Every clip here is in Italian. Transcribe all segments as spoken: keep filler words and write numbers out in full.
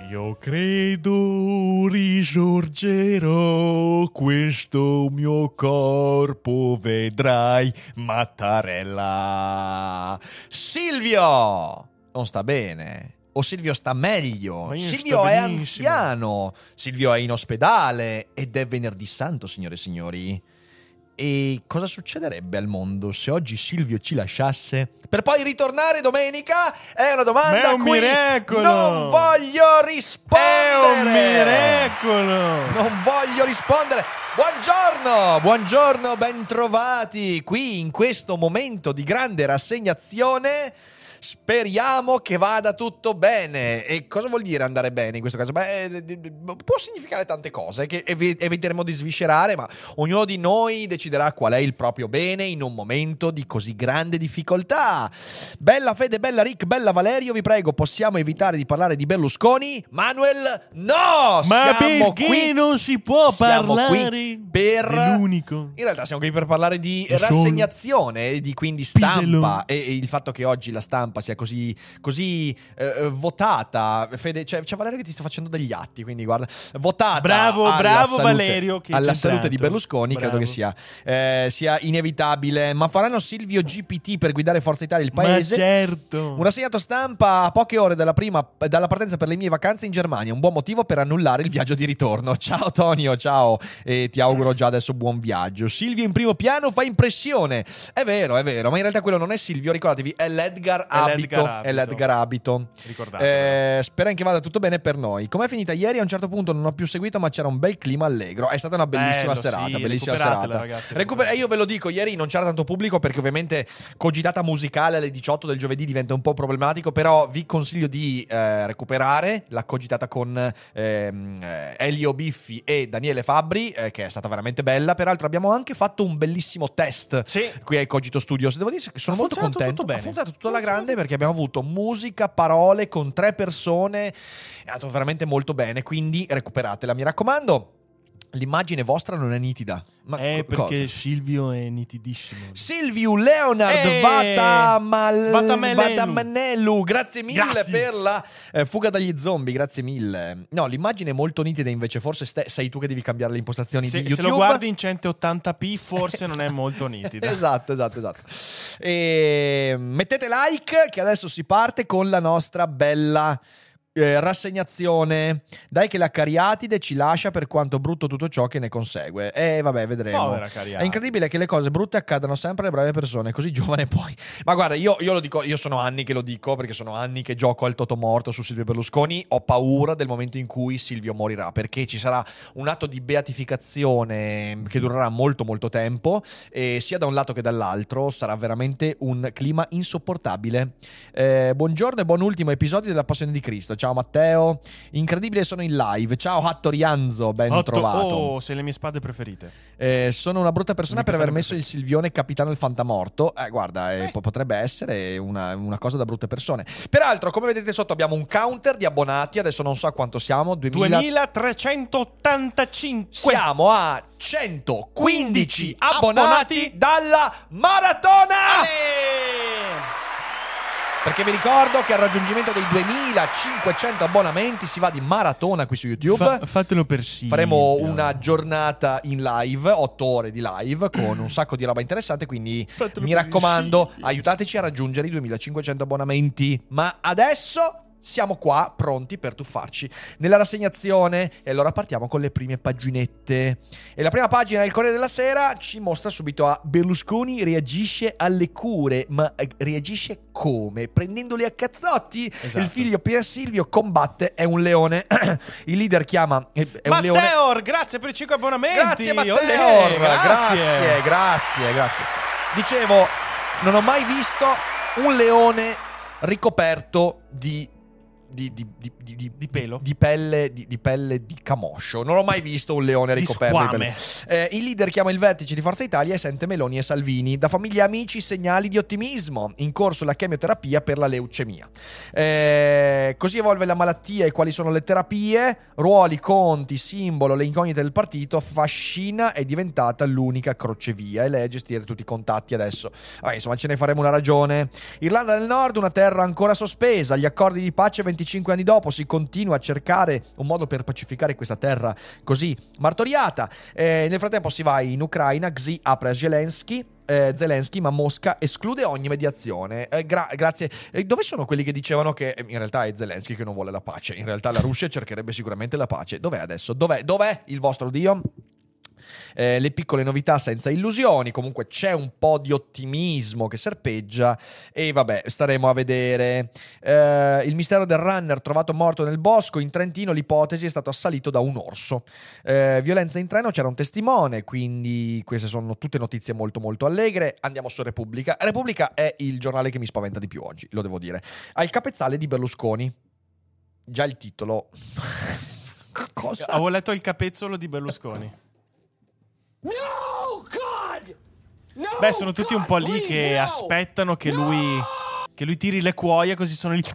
Io credo risorgerò, questo mio corpo vedrai, Mattarella. Silvio non sta bene. O Silvio sta meglio. Silvio è anziano. Silvio è in ospedale ed è venerdì santo, signore e signori. E cosa succederebbe al mondo se oggi Silvio ci lasciasse per poi ritornare domenica? È una domanda Ma è un a cui miracolo. non voglio rispondere. È un miracolo. Non voglio rispondere. Buongiorno, buongiorno, bentrovati qui in questo momento di grande rassegnazione. Speriamo che vada tutto bene. E cosa vuol dire andare bene in questo caso? Beh, può significare tante cose che eviteremo di sviscerare, ma ognuno di noi deciderà qual è il proprio bene in un momento di così grande difficoltà. Bella Fede, bella Rick, bella Valerio, vi prego, possiamo evitare di parlare di Berlusconi? Manuel, no! Ma siamo perché qui, non si può siamo parlare qui per dell'unico? In realtà siamo qui per parlare di Da rassegnazione, di quindi stampa Pisello. e, e il fatto che oggi la stampa sia così, così eh, votata. Fede, c'è, c'è Valerio che ti sta facendo degli atti, quindi guarda, votata. Bravo, alla bravo salute, Valerio che alla è salute di centrato. Berlusconi. Bravo. Credo che sia, eh, sia inevitabile. Ma faranno Silvio G P T per guidare Forza Italia il paese? Ma certo. Un rassegnato stampa a poche ore dalla prima dalla partenza per le mie vacanze in Germania, un buon motivo per annullare il viaggio di ritorno. Ciao Tonio, ciao, e ti auguro già adesso buon viaggio. Silvio in primo piano fa impressione. È vero, è vero, ma in realtà quello non è Silvio, ricordatevi, è l'Edgar Abito. l'Edgar È l'Edgar Abito. Ricordate. Eh, spero che vada tutto bene per noi. Com'è finita ieri? A un certo punto non ho più seguito, ma c'era un bel clima allegro. È stata una bellissima Bello, serata, sì, bellissima recuperatela, serata. ragazzi, Recuper- e io ve lo dico, ieri non c'era tanto pubblico perché ovviamente cogitata musicale alle diciotto del giovedì diventa un po' problematico, però vi consiglio di eh, recuperare la cogitata con ehm, eh, Elio Biffi e Daniele Fabbri, eh, che è stata veramente bella. Peraltro abbiamo anche fatto un bellissimo test Sì. qui ai Cogito Studios. Devo dire che sono Ha molto funzionato contento. tutto bene. Ha funzionato tutto alla grande perché abbiamo avuto musica, parole con tre persone. È andato veramente molto bene, quindi recuperatela, mi raccomando. L'immagine vostra non è nitida. Ma Eh, co- perché cosa? Silvio è nitidissimo. Silvio Leonard Eh, Vatamal- Vatamelelu. Vatamanellu, grazie mille Grazie. per la eh, fuga dagli zombie, grazie mille. No, l'immagine è molto nitida, invece forse ste- sei tu che devi cambiare le impostazioni Se, di se YouTube. lo guardi in centottanta p forse non è molto nitida. Esatto, esatto, esatto. E mettete like che adesso si parte con la nostra bella eh, rassegnazione. Dai che la Cariatide ci lascia, per quanto brutto tutto ciò che ne consegue. E vabbè, vedremo. Povera Cariatide. È incredibile che le cose brutte accadano sempre alle brave persone, così giovane poi. Ma guarda, io, io lo dico, io sono anni che lo dico, perché sono anni che gioco al totomorto su Silvio Berlusconi. Ho paura del momento in cui Silvio morirà, perché ci sarà un atto di beatificazione che durerà molto molto tempo, e sia da un lato che dall'altro sarà veramente un clima insopportabile. Eh, buongiorno e buon ultimo episodio della Passione di Cristo. Ciao Matteo, incredibile, sono in live. Ciao Hatto Rianzo, ben Otto- trovato. Oh, sei le mie spade preferite. Eh, sono una brutta persona Mi per aver capitano messo il Silvione capitano il fantamorto. Eh, guarda, eh, po- potrebbe essere una, una cosa da brutte persone. Peraltro, come vedete sotto abbiamo un counter di abbonati. Adesso non so a quanto siamo. duemila duemilatrecentottantacinque. Siamo a centoquindici abbonati dalla maratona. Perché vi ricordo che al raggiungimento dei duemilacinquecento abbonamenti si va di maratona qui su YouTube. Fa- fatelo per Silvio. Faremo una giornata in live, otto ore di live con un sacco di roba interessante, quindi Fatelo mi per raccomando, Silvio. aiutateci a raggiungere i duemilacinquecento abbonamenti. Ma adesso siamo qua pronti per tuffarci nella rassegnazione, e allora partiamo con le prime paginette. E la prima pagina del Corriere della Sera ci mostra subito a Berlusconi reagisce alle cure, ma eh, reagisce come? Prendendoli a cazzotti. Esatto. Il figlio Pier Silvio combatte, è un leone. Il leader chiama è, è un leone. Matteo, grazie per i cinque abbonamenti. Grazie Matteo, Olè, grazie, grazie, grazie. Dicevo, non ho mai visto un leone ricoperto di Di, di, di, di, di, Di pelo? di pelle di, di pelle di camoscio. Non ho mai visto un leone Di ricoperto di squame. pelle. Eh, il leader chiama il vertice di Forza Italia e sente Meloni e Salvini. Da famiglia e amici segnali di ottimismo. In corso la chemioterapia per la leucemia. Eh, così evolve la malattia e quali sono le terapie. Ruoli, conti, simbolo, le incognite del partito. Fascina è diventata l'unica crocevia e lei a gestire tutti i contatti adesso. Vabbè, insomma, ce ne faremo una ragione. Irlanda del Nord, una terra ancora sospesa. Gli accordi di pace venticinque anni dopo si continua a cercare un modo per pacificare questa terra così martoriata. Eh, nel frattempo si va in Ucraina, Xi apre a Zelensky, eh, Zelensky, ma Mosca esclude ogni mediazione. Eh, gra- grazie. Eh, dove sono quelli che dicevano che eh, in realtà è Zelensky che non vuole la pace? In realtà la Russia cercherebbe sicuramente la pace. Dov'è adesso? Dov'è? Dov'è il vostro Dio? Eh, le piccole novità senza illusioni, comunque c'è un po' di ottimismo che serpeggia e vabbè, staremo a vedere. Eh, il mistero del runner trovato morto nel bosco in Trentino, l'ipotesi è stato assalito da un orso. Eh, violenza in treno, c'era un testimone, quindi queste sono tutte notizie molto molto allegre. Andiamo su Repubblica. Repubblica è il giornale che mi spaventa di più oggi, lo devo dire. Ha il capezzale di Berlusconi. Già il titolo. Cosa? Avevo letto il capezzolo di Berlusconi. No, God! No, Beh, sono tutti un po' God, lì please, che no! aspettano che lui che lui tiri le cuoia, così sono lì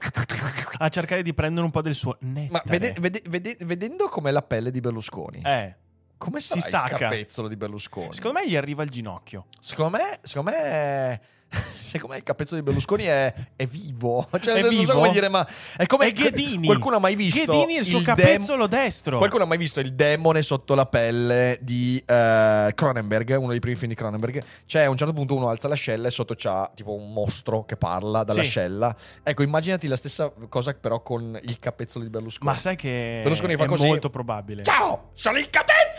a cercare di prendere un po' del suo nettare. Ma vede, vede, vede, vedendo com'è la pelle di Berlusconi, Eh, come si sarà il stacca. capezzolo di Berlusconi? Secondo me gli arriva il ginocchio. Secondo me, secondo me, secondo me il capezzolo di Berlusconi è, è vivo. Cioè, È non vivo? so come dire, ma è come È Ghedini. Qualcuno ha mai visto Ghedini il suo dem- capezzolo destro. Qualcuno ha mai visto il demone sotto la pelle di uh, Cronenberg, uno dei primi film di Cronenberg? C'è a un certo punto uno alza l'ascella e sotto c'ha tipo un mostro che parla dall'ascella. Sì. Ecco, immaginati la stessa cosa però con il capezzolo di Berlusconi. Ma sai che Berlusconi fa è così. molto probabile. Ciao, sono il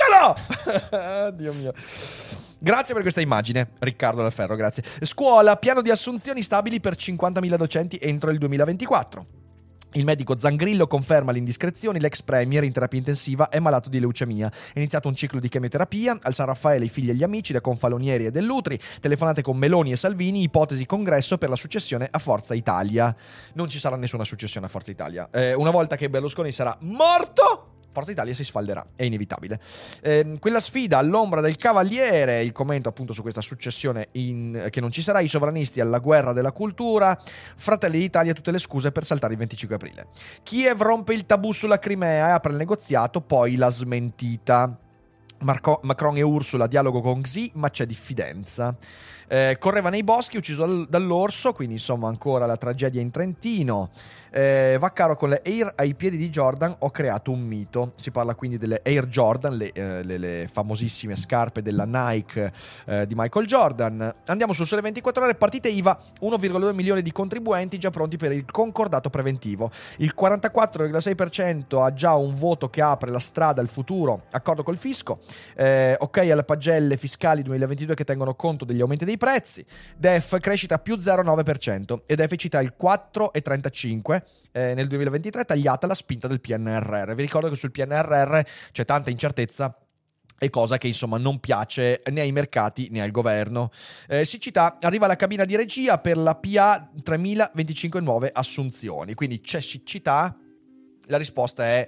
capezzolo! Dio mio. Grazie per questa immagine, Riccardo Dal Ferro, grazie. Scuola, piano di assunzioni stabili per cinquantamila docenti entro il duemilaventiquattro. Il medico Zangrillo conferma le indiscrezioni, l'ex premier in terapia intensiva è malato di leucemia. È iniziato un ciclo di chemioterapia, al San Raffaele i figli e gli amici, da Confalonieri e Dell'Utri, telefonate con Meloni e Salvini, ipotesi congresso per la successione a Forza Italia. Non ci sarà nessuna successione a Forza Italia. Eh, una volta che Berlusconi sarà morto, Forza Italia si sfalderà, è inevitabile. Eh, quella sfida all'ombra del Cavaliere, il commento appunto su questa successione in, che non ci sarà, i sovranisti alla guerra della cultura, Fratelli d'Italia tutte le scuse per saltare il venticinque aprile. Kiev rompe il tabù sulla Crimea e apre il negoziato, poi la smentita. Marco, Macron e Ursula, dialogo con Xi, ma c'è diffidenza. Eh, correva nei boschi, ucciso dal, dall'orso, quindi insomma ancora la tragedia in Trentino. Eh, Vaccaro con le Air ai piedi di Jordan, ho creato un mito. Si parla quindi delle Air Jordan, le, eh, le, le famosissime scarpe della Nike eh, di Michael Jordan. Andiamo sul Sole ventiquattro Ore, partite I V A, uno virgola due milioni di contribuenti già pronti per il concordato preventivo. Il quarantaquattro virgola sei per cento ha già un voto che apre la strada al futuro accordo col fisco. Eh, ok alle pagelle fiscali duemilaventidue che tengono conto degli aumenti dei prezzi. D E F crescita più zero virgola nove per cento e deficit al quattro virgola trentacinque per cento. Eh, nel duemilaventitré tagliata la spinta del P N R R. Vi ricordo che sul P N R R c'è tanta incertezza e cosa che insomma non piace né ai mercati né al governo. Eh, siccità, arriva la cabina di regia per la P A tremilaventicinque nuove assunzioni, quindi c'è siccità. La risposta è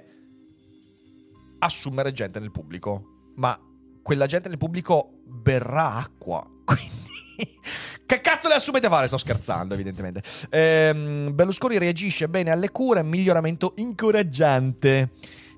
assumere gente nel pubblico, ma quella gente nel pubblico berrà acqua, quindi che cazzo le assumete a fare? Sto scherzando, evidentemente. Ehm, Berlusconi reagisce bene alle cure, miglioramento incoraggiante.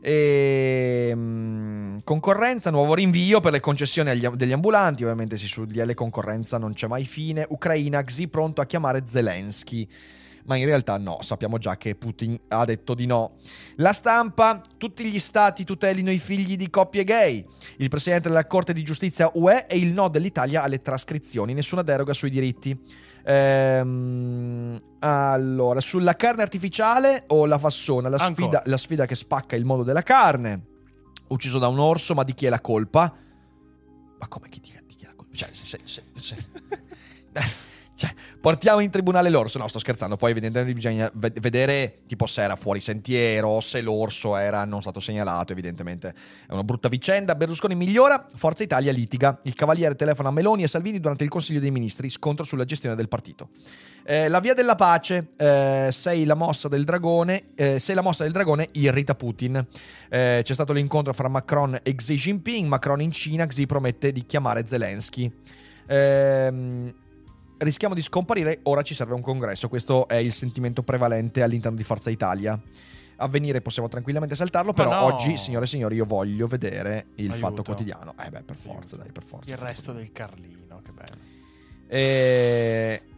Ehm, concorrenza, nuovo rinvio per le concessioni agli, degli ambulanti. Ovviamente sì, sul D L concorrenza non c'è mai fine. Ucraina, Xi pronto a chiamare Zelensky. Ma in realtà no, sappiamo già che Putin ha detto di no. La Stampa, tutti gli stati tutelino i figli di coppie gay. Il presidente della Corte di Giustizia U E e il no dell'Italia alle trascrizioni, nessuna deroga sui diritti. Ehm, allora, sulla carne artificiale o la fassona, la sfida, la sfida che spacca il mondo della carne. Ucciso da un orso, ma di chi è la colpa? Ma come chi di, di chi è la colpa? Cioè, se... se, se... Cioè, portiamo in tribunale l'orso. No, sto scherzando. Poi evidentemente bisogna vedere tipo se era fuori sentiero, se l'orso era non stato segnalato. Evidentemente è una brutta vicenda. Berlusconi migliora, Forza Italia litiga. Il Cavaliere telefona a Meloni e Salvini durante il Consiglio dei Ministri. Scontro sulla gestione del partito. eh, La via della pace, eh, sei la mossa del dragone, eh, sei la mossa del dragone irrita Putin. eh, C'è stato l'incontro fra Macron e Xi Jinping. Macron in Cina, Xi promette di chiamare Zelensky. Ehm Rischiamo di scomparire, ora ci serve un congresso. Questo è il sentimento prevalente all'interno di Forza Italia. Avvenire possiamo tranquillamente saltarlo, però no. oggi, signore e signori, io voglio vedere il Aiuto. Fatto Quotidiano. Eh beh, per forza, dai, per forza. Il resto del Carlino, che bello. E...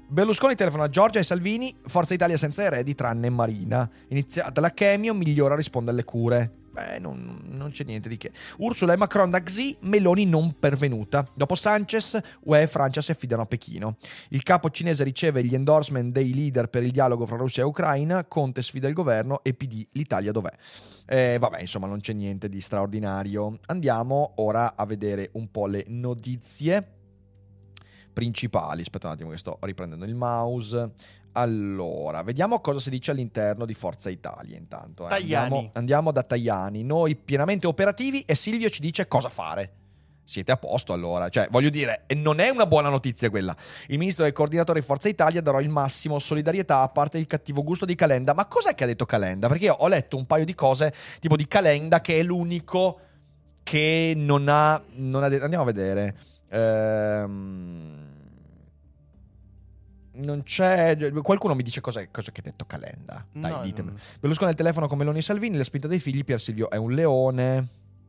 Berlusconi telefona a Giorgia e Salvini, Forza Italia senza eredi tranne Marina. Iniziata la chemio, Migliora risponde alle cure. Beh, non, non c'è niente di che. Ursula e Macron da Xi, Meloni non pervenuta. Dopo Sanchez, U E e Francia si affidano a Pechino. Il capo cinese riceve gli endorsement dei leader per il dialogo fra Russia e Ucraina. Conte sfida il governo e P D, l'Italia dov'è? Eh, vabbè, insomma, non c'è niente di straordinario. Andiamo ora a vedere un po' le notizie principali. Aspetta un attimo che sto riprendendo il mouse. Allora, vediamo cosa si dice all'interno di Forza Italia intanto. Eh. Andiamo, andiamo da Tajani. Noi pienamente operativi e Silvio ci dice cosa fare. Siete a posto allora, cioè voglio dire, non è una buona notizia quella. Il ministro e coordinatore di Forza Italia darò il massimo solidarietà a parte il cattivo gusto di Calenda. Ma cos'è che ha detto Calenda? Perché io ho letto un paio di cose tipo di Calenda che è l'unico che non ha, non ha detto. Andiamo a vedere. Ehm... Non c'è. Qualcuno mi dice cosa, cosa che ha detto Calenda. Dai, no, ditemi. non... Berlusconi al telefono con Meloni e Salvini. La spinta dei figli. Pier Silvio è un leone.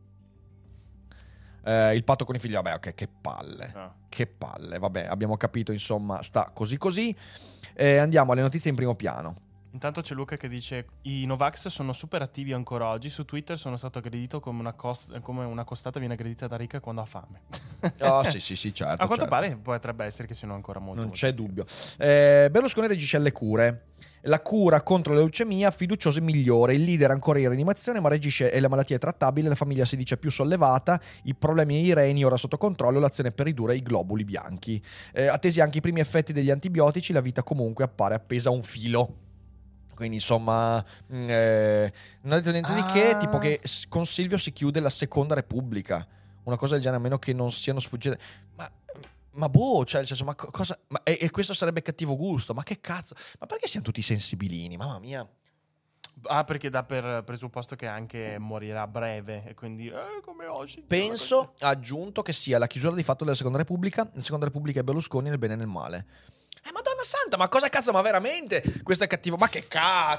Eh, il patto con i figli. Vabbè, ok, che palle. Ah. Che palle. Vabbè, abbiamo capito. Insomma, sta così così. Eh, andiamo alle notizie in primo piano. Intanto c'è Luca che dice: i Novax sono super attivi ancora oggi. Su Twitter sono stato aggredito come una, cost- come una costata viene aggredita da Rica quando ha fame. Oh, sì, sì, sì, certo. A quanto certo. pare potrebbe essere che siano ancora molto. Non molto c'è attivi. dubbio. Eh, Berlusconi reagisce alle cure. La cura contro la leucemia, fiducioso e migliore. Il leader ancora in rianimazione, ma reagisce e la malattia è trattabile. La famiglia si dice più sollevata. I problemi ai reni ora sotto controllo. L'azione per ridurre i globuli bianchi. Eh, attesi anche i primi effetti degli antibiotici. La vita comunque appare appesa a un filo. Quindi insomma eh, non ha detto niente ah. di che. Tipo che con Silvio si chiude la seconda repubblica. Una cosa del genere, a meno che non siano sfuggite. Ma Ma boh, cioè, nel senso, ma cosa. Ma, e, e questo sarebbe cattivo gusto? Ma che cazzo? Ma perché siamo tutti sensibilini? Mamma mia. Ah, perché dà per presupposto che anche morirà a breve. E quindi, eh, come oggi. Penso, ha aggiunto, che sia la chiusura di fatto della Seconda Repubblica. La Seconda Repubblica è Berlusconi nel bene e nel male. Eh, Madonna Santa, ma cosa cazzo? Ma veramente? Questo è cattivo? Ma che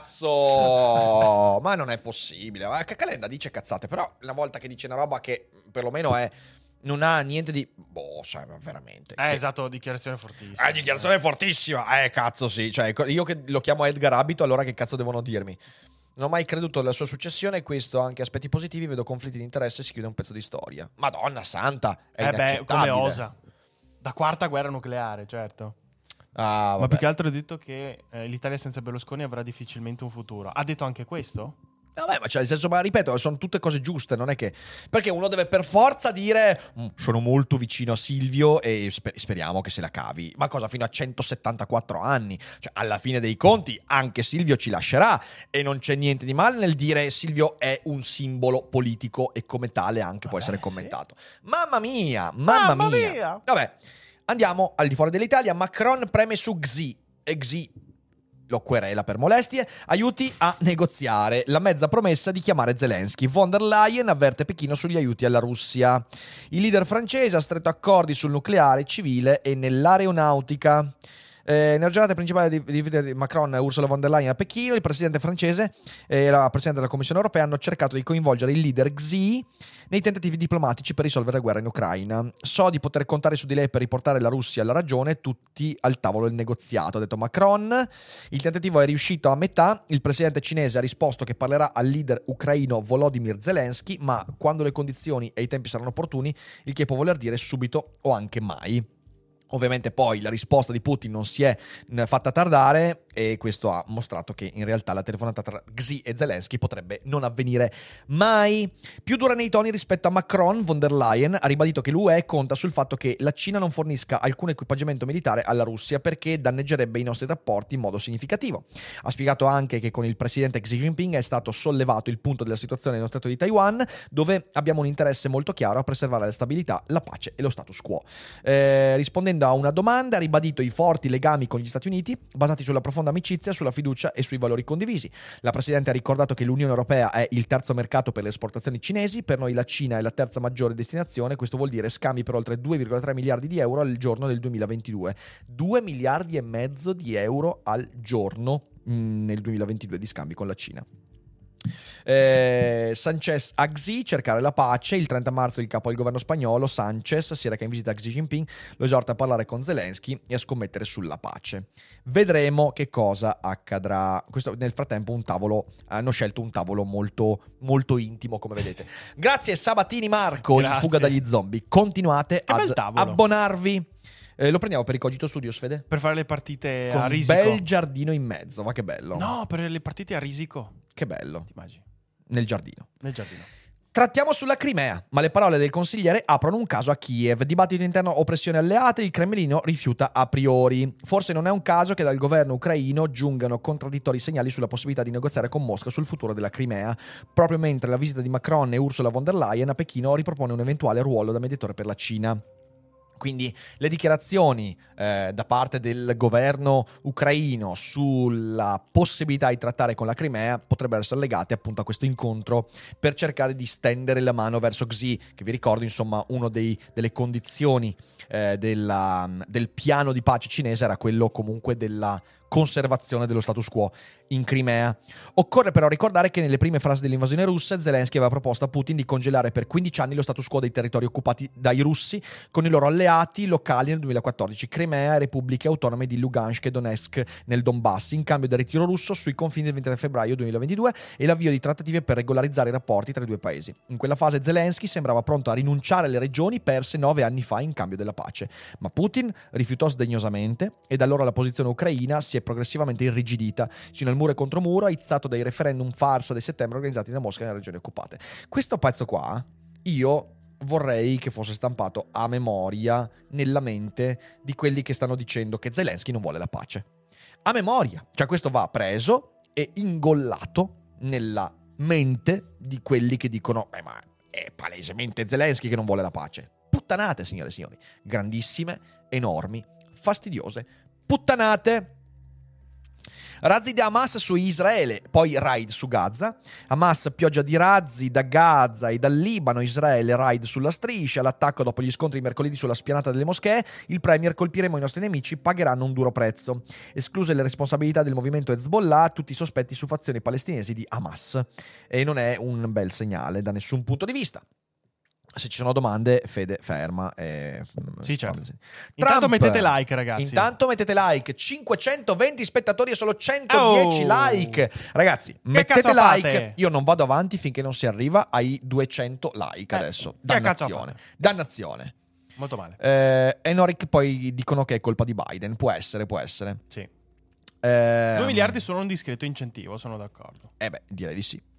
cazzo? Ma non è possibile. Ma Calenda dice cazzate, però una volta che dice una roba che perlomeno è. Non ha niente di. Boh, cioè, veramente. Eh, che... esatto, dichiarazione fortissima. Eh, dichiarazione fortissima. Eh, cazzo, sì. Cioè, io che lo chiamo Edgar Abito, allora che cazzo devono dirmi? Non ho mai creduto alla sua successione e questo ha anche aspetti positivi. Vedo conflitti di interesse e si chiude un pezzo di storia. Madonna Santa, è eh beh, come inaccettabile. osa. Da quarta guerra nucleare, certo. Ah, Ma più che altro ha detto che eh, l'Italia senza Berlusconi avrà difficilmente un futuro. Ha detto anche questo? Vabbè, ma cioè, nel senso, ma ripeto, sono tutte cose giuste, non è che. Perché uno deve per forza dire mm, sono molto vicino a Silvio e sper- speriamo che se la cavi. Ma cosa, fino a centosettantaquattro anni? Cioè, alla fine dei conti, anche Silvio ci lascerà. E non c'è niente di male nel dire Silvio è un simbolo politico e come tale anche può Vabbè, essere sì. commentato. Mamma mia, mamma, Mamma mia. mia. Vabbè, andiamo al di fuori dell'Italia. Macron preme su Xi. E Xi lo querela per molestie, aiuti a negoziare. La mezza promessa di chiamare Zelensky. Von der Leyen avverte Pechino sugli aiuti alla Russia. Il leader francese ha stretto accordi sul nucleare civile e nell'aeronautica. Eh, nella giornata principale di, di, di Macron e Ursula von der Leyen a Pechino, il presidente francese e la presidente della Commissione europea hanno cercato di coinvolgere il leader Xi nei tentativi diplomatici per risolvere la guerra in Ucraina. So di poter contare su di lei per riportare la Russia alla ragione, tutti al tavolo del negoziato, ha detto Macron. Il tentativo è riuscito a metà, il presidente cinese ha risposto che parlerà al leader ucraino Volodymyr Zelensky, ma quando le condizioni e i tempi saranno opportuni, il che può voler dire subito o anche mai. Ovviamente poi la risposta di Putin non si è fatta tardare e questo ha mostrato che in realtà la telefonata tra Xi e Zelensky potrebbe non avvenire mai. Più dura nei toni rispetto a Macron, von der Leyen ha ribadito che l'U E conta sul fatto che la Cina non fornisca alcun equipaggiamento militare alla Russia perché danneggerebbe i nostri rapporti in modo significativo. Ha spiegato anche che con il presidente Xi Jinping è stato sollevato il punto della situazione nello Stato di Taiwan, dove abbiamo un interesse molto chiaro a preservare la stabilità, la pace e lo status quo. Eh, rispondendo a una domanda, ha ribadito i forti legami con gli Stati Uniti, basati sulla profonda amicizia, sulla fiducia e sui valori condivisi. La Presidente ha ricordato che l'Unione Europea è il terzo mercato per le esportazioni cinesi, per noi la Cina è la terza maggiore destinazione, questo vuol dire scambi per oltre due virgola tre miliardi di euro al giorno del duemilaventidue. due miliardi e mezzo di euro al giorno mh, nel duemilaventidue di scambi con la Cina. Eh, Sanchez a Xi, cercare la pace. Il trenta marzo il capo del governo spagnolo Sanchez si reca in visita a Xi Jinping, lo esorta a parlare con Zelensky e a scommettere sulla pace. Vedremo che cosa accadrà. Questo, nel frattempo un tavolo hanno scelto un tavolo molto, molto intimo, come vedete. Grazie Sabatini Marco in Grazie. fuga dagli zombie. Continuate Che bel ad tavolo. abbonarvi. Eh, lo prendiamo per i Cogito Studios, Fede? Per fare le partite Con a un risico. bel giardino in mezzo, ma che bello. No, per le partite a risico. Che bello. Ti immagini? Nel giardino. Nel giardino. Trattiamo sulla Crimea, ma le parole del consigliere aprono un caso a Kiev. Dibattito interno, oppressione alleate, il Cremlino rifiuta a priori. Forse non è un caso che dal governo ucraino giungano contraddittori segnali sulla possibilità di negoziare con Mosca sul futuro della Crimea, proprio mentre la visita di Macron e Ursula von der Leyen a Pechino ripropone un eventuale ruolo da mediatore per la Cina. Quindi le dichiarazioni eh, da parte del governo ucraino sulla possibilità di trattare con la Crimea potrebbero essere legate appunto a questo incontro per cercare di stendere la mano verso Xi, che vi ricordo insomma una delle condizioni eh, della, del piano di pace cinese era quello comunque della conservazione dello status quo in Crimea. Occorre però ricordare che nelle prime fasi dell'invasione russa Zelensky aveva proposto a Putin di congelare per quindici anni lo status quo dei territori occupati dai russi con i loro alleati locali nel duemilaquattordici, Crimea e repubbliche autonome di Lugansk e Donetsk nel Donbass, in cambio del ritiro russo sui confini del ventitré febbraio duemilaventidue e l'avvio di trattative per regolarizzare i rapporti tra i due paesi. In quella fase Zelensky sembrava pronto a rinunciare alle regioni perse nove anni fa in cambio della pace, ma Putin rifiutò sdegnosamente e da allora la posizione ucraina si è progressivamente irrigidita, sino al muro e contro muro aizzato dai referendum farsa di settembre organizzati da Mosca nelle regioni occupate. Questo pezzo qua io vorrei che fosse stampato a memoria nella mente di quelli che stanno dicendo che Zelensky non vuole la pace. A memoria, cioè questo va preso e ingollato nella mente di quelli che dicono eh, ma è palesemente Zelensky che non vuole la pace. Puttanate, signore e signori, grandissime, enormi, fastidiose puttanate. Razzi di Hamas su Israele, poi raid su Gaza. Hamas pioggia di razzi da Gaza e dal Libano. Israele raid sulla striscia. L'attacco dopo gli scontri mercoledì sulla spianata delle moschee. Il premier: colpiremo i nostri nemici, pagheranno un duro prezzo. Escluse le responsabilità del movimento Hezbollah, tutti i sospetti su fazioni palestinesi di Hamas. E non è un bel segnale da nessun punto di vista. Se ci sono domande, Fede ferma. E... Sì, certo. Trump. Intanto mettete like, ragazzi. Intanto mettete like. cinquecentoventi spettatori e solo centodieci Oh. like. Ragazzi, Che mettete cazzo like. fate? Io non vado avanti finché non si arriva ai duecento like Eh, adesso. che cazzo Dannazione. fate? Dannazione. Molto male. Eh, Enoric poi dicono che è colpa di Biden. Può essere, può essere. Sì. Eh, due miliardi sono un discreto incentivo, sono d'accordo. Eh beh, direi di sì.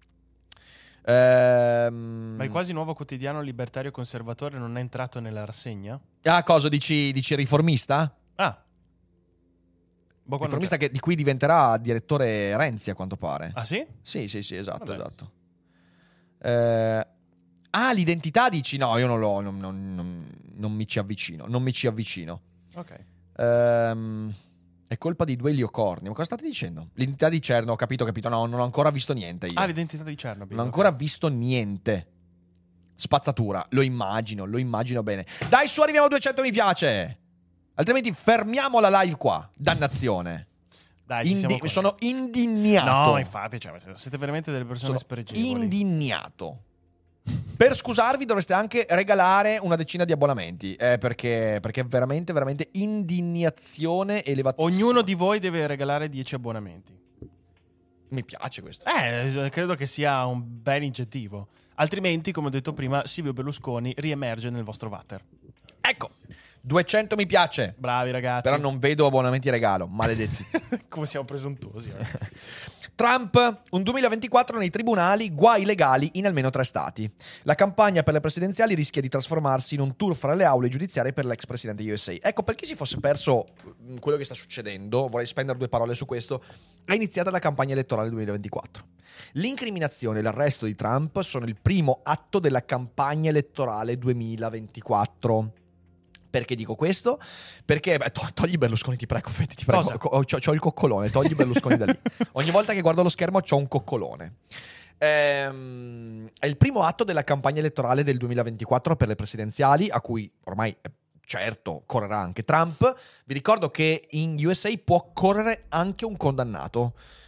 Ehm... Ma il quasi nuovo quotidiano libertario conservatore non è entrato nella rassegna? Ah, cosa dici, dici riformista? Ah. Boh, quando Riformista c'è? che, di cui diventerà direttore Renzi, a quanto pare. Ah, sì? Sì, sì, sì, esatto, Vabbè. esatto. Eh, ah, l'identità dici? No, io non lo non, non, non, non mi ci avvicino, non mi ci avvicino. Ok. Ehm, è colpa di due eliocorni. Ma cosa state dicendo? L'identità di Cerno, ho capito, ho capito. No, non ho ancora visto niente io. Ah, l'identità di Chernobyl. Non ho ancora ok. visto niente. Spazzatura, lo immagino, lo immagino bene. Dai, su, arriviamo a duecento mi piace. Altrimenti fermiamo la live qua. Dannazione. Dai, ci Indi- siamo qua. sono indignato. No, ma infatti, cioè, siete veramente delle persone Sono spregevoli. indignato. Per scusarvi dovreste anche regalare una decina di abbonamenti, eh, perché, perché è veramente, veramente indignazione elevatissima. Ognuno di voi deve regalare dieci abbonamenti. Mi piace questo. Eh, credo che sia un bel incentivo. Altrimenti, come ho detto prima, Silvio Berlusconi riemerge nel vostro water. Ecco, duecento mi piace. Bravi ragazzi. Però non vedo abbonamenti regalo, maledetti. Come siamo presuntuosi. eh. Trump, un duemilaventiquattro nei tribunali, guai legali in almeno tre stati. La campagna per le presidenziali rischia di trasformarsi in un tour fra le aule giudiziarie per l'ex presidente U S A. Ecco, per chi si fosse perso quello che sta succedendo, vorrei spendere due parole su questo. È iniziata la campagna elettorale duemilaventiquattro. L'incriminazione e l'arresto di Trump sono il primo atto della campagna elettorale duemilaventiquattro. Perché dico questo? Perché, beh, to- togli Berlusconi, ti prego, Fede, ti prego. Cosa? Co- c'ho, c'ho il coccolone, togli Berlusconi da lì. Ogni volta che guardo lo schermo c'ho un coccolone. Ehm, è il primo atto della campagna elettorale del duemilaventiquattro per le presidenziali, a cui ormai, eh, certo, correrà anche Trump. Vi ricordo che in U S A può correre anche un condannato.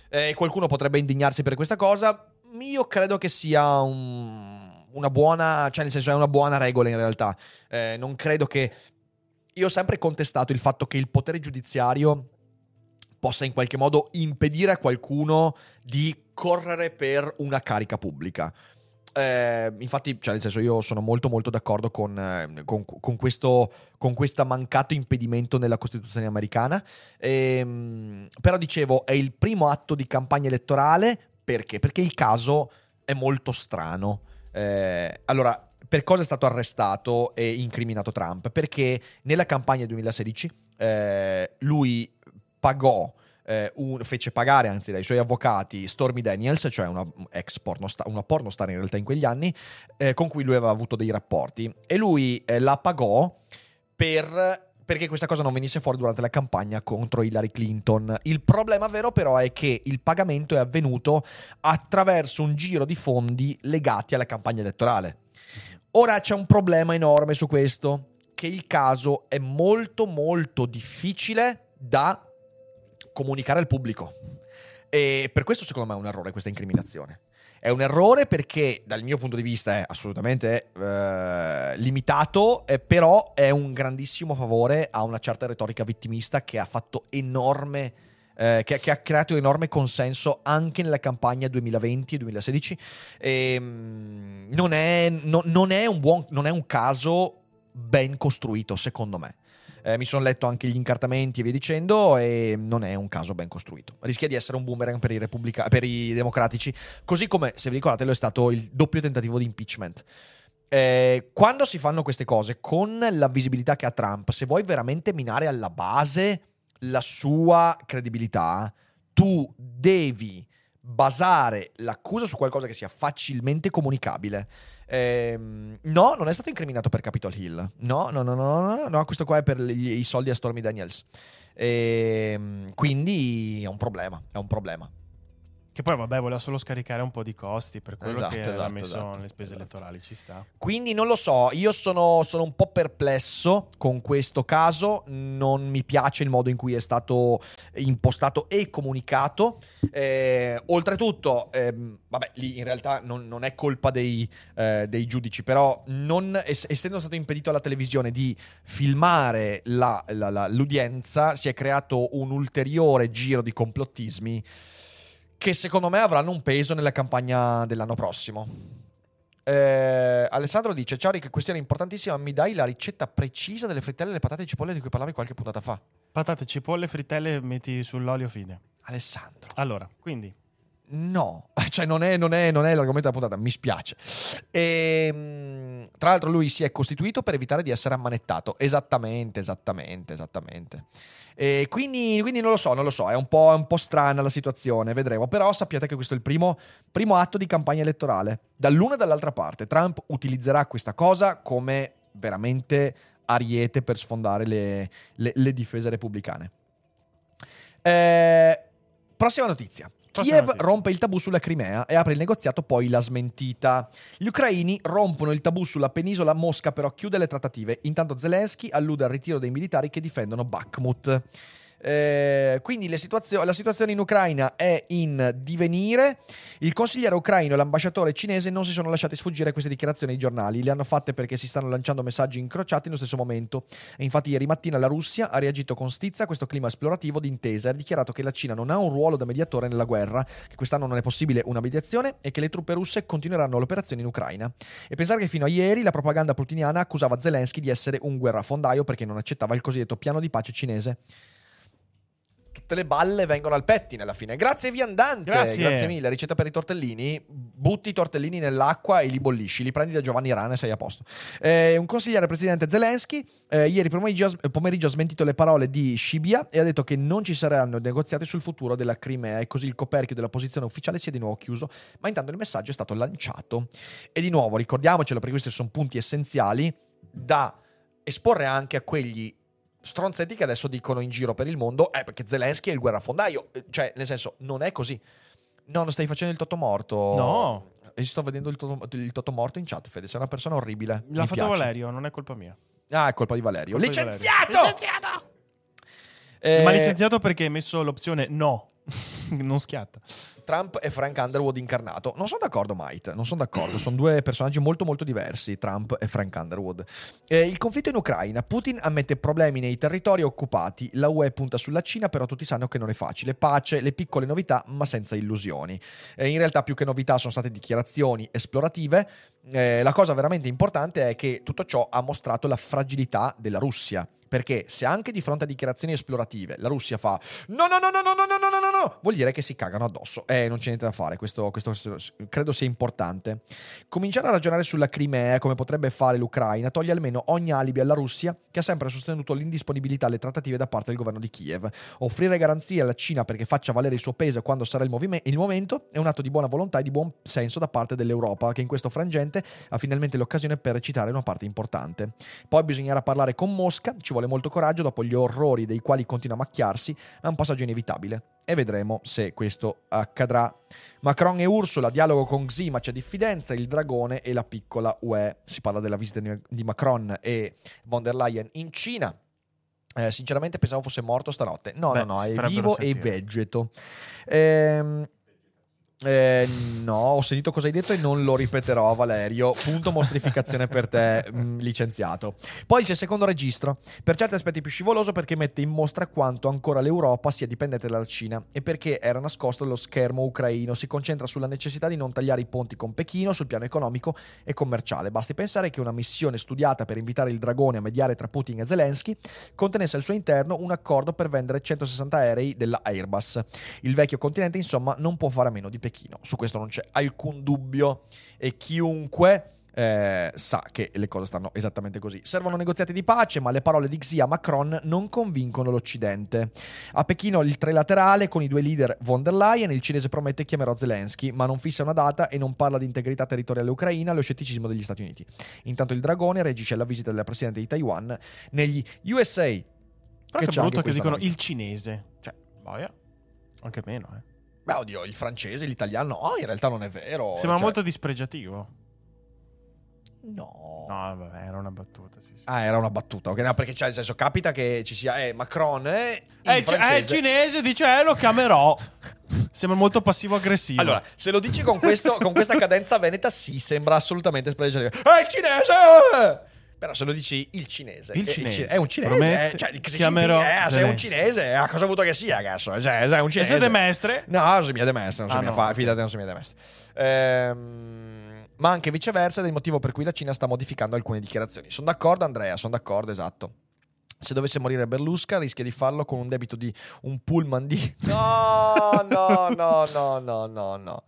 Eh, qualcuno potrebbe indignarsi per questa cosa. Io credo che sia un, una buona, cioè nel senso è una buona regola in realtà. Eh, non credo che... Io ho sempre contestato il fatto che il potere giudiziario possa in qualche modo impedire a qualcuno di correre per una carica pubblica. Eh, infatti, cioè nel senso, io sono molto molto d'accordo con, eh, con, con questo con questo mancato impedimento nella Costituzione americana. Ehm, però dicevo, è il primo atto di campagna elettorale. Perché? Perché il caso è molto strano. Eh, allora, per cosa è stato arrestato e incriminato Trump? Perché nella campagna duemilasedici eh, lui pagò Eh, un, fece pagare anzi dai suoi avvocati Stormy Daniels, cioè una ex pornostar, una pornostar in realtà in quegli anni, eh, con cui lui aveva avuto dei rapporti, e lui eh, la pagò per, perché questa cosa non venisse fuori durante la campagna contro Hillary Clinton. Il problema vero però è che il pagamento è avvenuto attraverso un giro di fondi legati alla campagna elettorale. Ora c'è un problema enorme su questo, che il caso è molto molto difficile da comunicare al pubblico, e per questo secondo me è un errore questa incriminazione. È un errore perché dal mio punto di vista è assolutamente eh, limitato, eh, però è un grandissimo favore a una certa retorica vittimista che ha fatto enorme eh, che, che ha creato enorme consenso anche nella campagna duemilaventi e duemilasedici. E, mh, non è, no, non è un buon non è un caso ben costruito, secondo me. Eh, mi sono letto anche gli incartamenti e via dicendo, e non è un caso ben costruito. Rischia di essere un boomerang per i, repubblica- per i democratici, così come, se vi ricordate, lo è stato il doppio tentativo di impeachment. Eh, quando si fanno queste cose con la visibilità che ha Trump, se vuoi veramente minare alla base la sua credibilità, tu devi basare l'accusa su qualcosa che sia facilmente comunicabile. Eh, no, non è stato incriminato per Capitol Hill. No, no, no, no, no, no, questo qua è per gli, i soldi a Stormy Daniels. Eh, quindi è un problema, è un problema. Che poi, vabbè, voleva solo scaricare un po' di costi, per quello Esatto, che esatto, ha messo esatto, nelle spese esatto. elettorali, ci sta. Quindi non lo so, io sono, sono un po' perplesso con questo caso, non mi piace il modo in cui è stato impostato e comunicato. Eh, oltretutto, ehm, vabbè, lì in realtà non, non è colpa dei, eh, dei giudici, però non, es- essendo stato impedito alla televisione di filmare la, la, la, l'udienza, si è creato un ulteriore giro di complottismi che secondo me avranno un peso nella campagna dell'anno prossimo. Eh, Alessandro dice: ciao Rick, questione importantissima, mi dai la ricetta precisa delle frittelle e le patate e cipolle di cui parlavi qualche puntata fa? Patate, cipolle, frittelle, metti sull'olio fine. Alessandro, Allora, quindi no, cioè non è, non è, non è l'argomento della puntata, mi spiace. E, tra l'altro lui si è costituito per evitare di essere ammanettato. Esattamente, esattamente, esattamente. E quindi, quindi non lo so, non lo so, è un po', è un po' strana la situazione, vedremo. Però sappiate che questo è il primo, primo atto di campagna elettorale. Dall'una e dall'altra parte Trump utilizzerà questa cosa come veramente ariete per sfondare le, le, le difese repubblicane. Eh, prossima notizia. Prossima Kiev notizia. rompe il tabù sulla Crimea e apre il negoziato, poi la smentita. Gli ucraini rompono il tabù sulla penisola, Mosca però chiude le trattative. Intanto Zelensky allude al ritiro dei militari che difendono Bakhmut. Eh, quindi le situazio- la situazione in Ucraina è in divenire. Il consigliere ucraino e l'ambasciatore cinese non si sono lasciati sfuggire queste dichiarazioni ai giornali. Le hanno fatte perché si stanno lanciando messaggi incrociati nello stesso momento. E infatti ieri mattina la Russia ha reagito con stizza a questo clima esplorativo di intesa e ha dichiarato che la Cina non ha un ruolo da mediatore nella guerra, che quest'anno non è possibile una mediazione e che le truppe russe continueranno l'operazione in Ucraina. E pensare che fino a ieri la propaganda putiniana accusava Zelensky di essere un guerrafondaio perché non accettava il cosiddetto piano di pace cinese. Tutte le balle vengono al pettine alla fine. Grazie viandante, Grazie. grazie mille. Ricetta per i tortellini: butti i tortellini nell'acqua e li bollisci, li prendi da Giovanni Rana e sei a posto. Eh, un consigliere presidente Zelensky eh, ieri pomeriggio, pomeriggio ha smentito le parole di Shibya e ha detto che non ci saranno negoziati sul futuro della Crimea, e così il coperchio della posizione ufficiale si è di nuovo chiuso, ma intanto il messaggio è stato lanciato. E di nuovo ricordiamocelo, perché questi sono punti essenziali da esporre anche a quegli stronzetti che adesso dicono in giro per il mondo eh, perché Zelensky è il guerrafondaio. Cioè, nel senso, non è così. No, non stai facendo il totomorto. No. E sto vedendo il, toto, il totomorto in chat, Fede. Sei una persona orribile. L'ha Mi fatto piaci. Valerio, non è colpa mia. Ah, è colpa di Valerio. Colpa di Licenziato! Valerio. Licenziato! Eh, Ma licenziato perché hai messo l'opzione no. Non schiatta. Trump e Frank Underwood incarnato. Non sono d'accordo, Mike. Non sono d'accordo. Sono due personaggi molto molto diversi, Trump e Frank Underwood. Eh, il conflitto in Ucraina. Putin ammette problemi nei territori occupati. La U E punta sulla Cina, però tutti sanno che non è facile. Pace, le piccole novità, ma senza illusioni. Eh, in realtà più che novità sono state dichiarazioni esplorative. Eh, la cosa veramente importante è che tutto ciò ha mostrato la fragilità della Russia. Perché se anche di fronte a dichiarazioni esplorative la Russia fa no no no no no no no no no no, vuol dire che si cagano addosso e eh, non c'è niente da fare. Questo, questo credo sia importante. Cominciare a ragionare sulla Crimea come potrebbe fare l'Ucraina toglie almeno ogni alibi alla Russia, che ha sempre sostenuto l'indisponibilità alle trattative da parte del governo di Kiev. Offrire garanzie alla Cina perché faccia valere il suo peso quando sarà il, movime- il momento è un atto di buona volontà e di buon senso da parte dell'Europa, che in questo frangente ha finalmente l'occasione per recitare una parte importante. Poi bisognerà parlare con Mosca. Ci vuole molto coraggio dopo gli orrori dei quali continua a macchiarsi, è un passaggio inevitabile e vedremo se questo accadrà. Macron e Ursula, dialogo con Xi ma c'è diffidenza, il dragone e la piccola U E. Si parla della visita di Macron e von der Leyen in Cina. Eh, sinceramente pensavo fosse morto stanotte. No, Beh, no, no, è farebbero vivo e sentire. vegeto. Ehm... Eh, no, ho sentito cosa hai detto e non lo ripeterò, Valerio. Punto mostrificazione per te, mh, licenziato. Poi c'è il secondo registro, per certi aspetti più scivoloso perché mette in mostra quanto ancora l'Europa sia dipendente dalla Cina e perché era nascosto dallo schermo ucraino. Si concentra sulla necessità di non tagliare i ponti con Pechino sul piano economico e commerciale. Basti pensare che una missione studiata per invitare il dragone a mediare tra Putin e Zelensky contenesse al suo interno un accordo per vendere centosessanta aerei della Airbus. Il vecchio continente, insomma, non può fare a meno di Pechino. Su questo non c'è alcun dubbio e chiunque eh, sa che le cose stanno esattamente così. Servono negoziati di pace, ma le parole di Xi a Macron non convincono l'Occidente. A Pechino il trilaterale con i due leader von der Leyen, il cinese promette chiamerò Zelensky, ma non fissa una data e non parla di integrità territoriale ucraina, lo scetticismo degli Stati Uniti. Intanto il dragone reagisce alla visita della presidente di Taiwan negli U S A. Però che che c'è brutto anche che questa dicono novità. il cinese. Cioè, boia. Anche meno, eh. Beh, oddio, il francese, l'italiano, no, in realtà non è vero. Sembra cioè- molto dispregiativo. No. No, vabbè, era una battuta, sì, sì. Ah, era una battuta, ok? No, perché c'è, nel senso, capita che ci sia eh, Macron e il Eh, il, francese. eh, il cinese dice, eh, lo chiamerò. Sembra molto passivo-aggressivo. Allora, se lo dici con, questo, con questa cadenza veneta, sì, sembra assolutamente spregiativo. Eh, il cinese! Però se lo dici il cinese, Il eh, cinese. è un cinese, Promette, eh, cioè, che se chiamerò Xi Jinping, eh, sei un Zelensky. cinese, a cosa ha avuto che sia, cazzo? Cioè, sei un E cinese. siete mestre? No, non si mi è demestre, non si Ah, mi no, fa, ok. fidate, non si mi è demestre. Ehm, ma anche viceversa, ed è il motivo per cui la Cina sta modificando alcune dichiarazioni. Sono d'accordo, Andrea, sono d'accordo, esatto. Se dovesse morire Berlusca, rischia di farlo con un debito di un pullman di... No, no, no, no, no, no, no.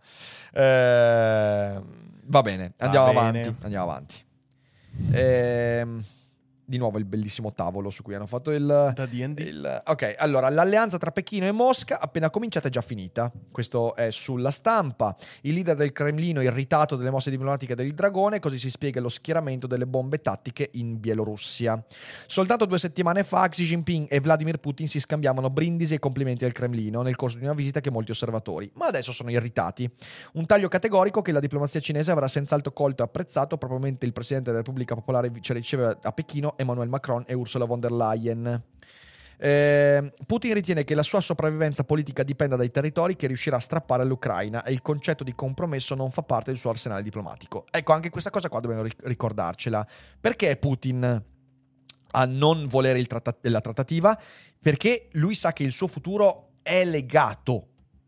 Ehm, va bene, andiamo Va avanti, bene. andiamo avanti. Ehm, di nuovo il bellissimo tavolo su cui hanno fatto il, Da D and D. il- ok, allora l'alleanza tra Pechino e Mosca appena cominciata è già finita. Questo è sulla stampa. Il leader del Cremlino irritato delle mosse diplomatiche del dragone, così si spiega lo schieramento delle bombe tattiche in Bielorussia. Soltanto due settimane fa Xi Jinping e Vladimir Putin si scambiavano brindisi e complimenti al Cremlino nel corso di una visita che molti osservatori, ma adesso sono irritati. Un taglio categorico che la diplomazia cinese avrà senz'altro colto e apprezzato proprio mentre il presidente della Repubblica Popolare ci riceve a Pechino Emmanuel Macron e Ursula von der Leyen. Eh, Putin ritiene che la sua sopravvivenza politica dipenda dai territori che riuscirà a strappare all'Ucraina e il concetto di compromesso non fa parte del suo arsenale diplomatico. Ecco, anche questa cosa qua dobbiamo ric- ricordarcela. Perché Putin a non volere il tratta- la trattativa? Perché lui sa che il suo futuro è legato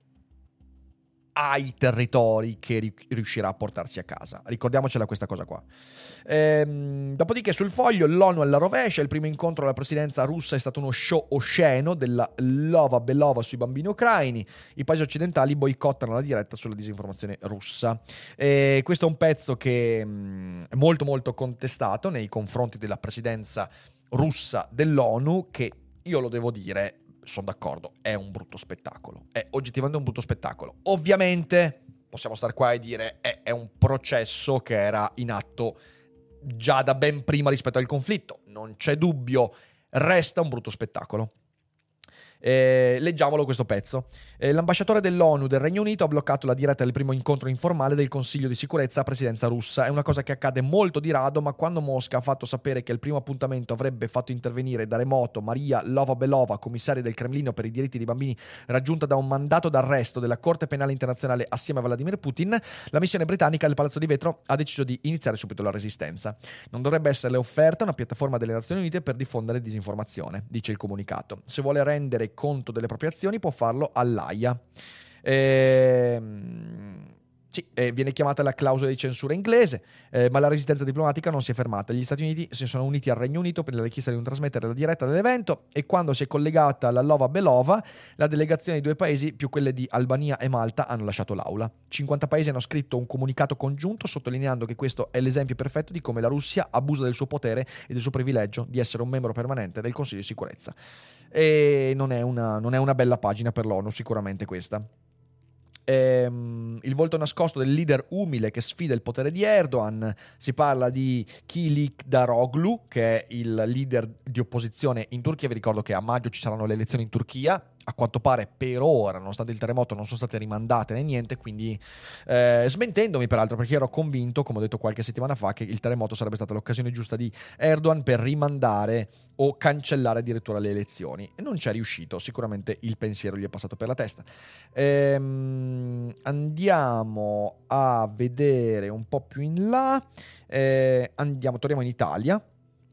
ai territori che ri- riuscirà a portarsi a casa. Ricordiamocela questa cosa qua. Ehm, dopodiché sul foglio l'ONU alla rovescia, il primo incontro alla presidenza russa è stato uno show osceno della lova belova sui bambini ucraini. I paesi occidentali boicottano la diretta sulla disinformazione russa. E questo è un pezzo che mh, è molto molto contestato nei confronti della presidenza russa dell'ONU, che io lo devo dire, sono d'accordo, è un brutto spettacolo, è oggettivamente un brutto spettacolo. Ovviamente possiamo stare qua e dire è, è un processo che era in atto già da ben prima rispetto al conflitto, non c'è dubbio, resta un brutto spettacolo. Eh, leggiamolo questo pezzo. Eh, l'ambasciatore dell'ONU del Regno Unito ha bloccato la diretta del primo incontro informale del Consiglio di sicurezza a presidenza russa. È una cosa che accade molto di rado, ma quando Mosca ha fatto sapere che il primo appuntamento avrebbe fatto intervenire da remoto Maria Lvova-Belova, commissaria del Cremlino per i diritti dei bambini, raggiunta da un mandato d'arresto della Corte Penale Internazionale assieme a Vladimir Putin, la missione britannica del Palazzo di Vetro ha deciso di iniziare subito la resistenza. Non dovrebbe esserle offerta una piattaforma delle Nazioni Unite per diffondere disinformazione, dice il comunicato. Se vuole rendere conto delle proprie azioni può farlo all'Aia. Ehm... Sì, eh, viene chiamata la clausola di censura inglese, eh, ma la resistenza diplomatica non si è fermata. Gli Stati Uniti si sono uniti al Regno Unito per la richiesta di non trasmettere la diretta dell'evento, e quando si è collegata la Lvova-Belova, la delegazione di due paesi, più quelle di Albania e Malta, hanno lasciato l'aula. cinquanta paesi hanno scritto un comunicato congiunto sottolineando che questo è l'esempio perfetto di come la Russia abusa del suo potere e del suo privilegio di essere un membro permanente del Consiglio di sicurezza. E non è una, non è una bella pagina per l'ONU, sicuramente questa. Ehm, il volto nascosto del leader umile che sfida il potere di Erdogan. Si parla di Kılıçdaroğlu, che è il leader di opposizione in Turchia. Vi ricordo che a maggio ci saranno le elezioni in Turchia. A quanto pare per ora, nonostante il terremoto, non sono state rimandate né niente, quindi eh, smentendomi peraltro, perché ero convinto, come ho detto qualche settimana fa, che il terremoto sarebbe stata l'occasione giusta di Erdogan per rimandare o cancellare addirittura le elezioni, e non ci è riuscito. Sicuramente il pensiero gli è passato per la testa. Ehm, andiamo a vedere un po' più in là. Eh, andiamo, torniamo in Italia.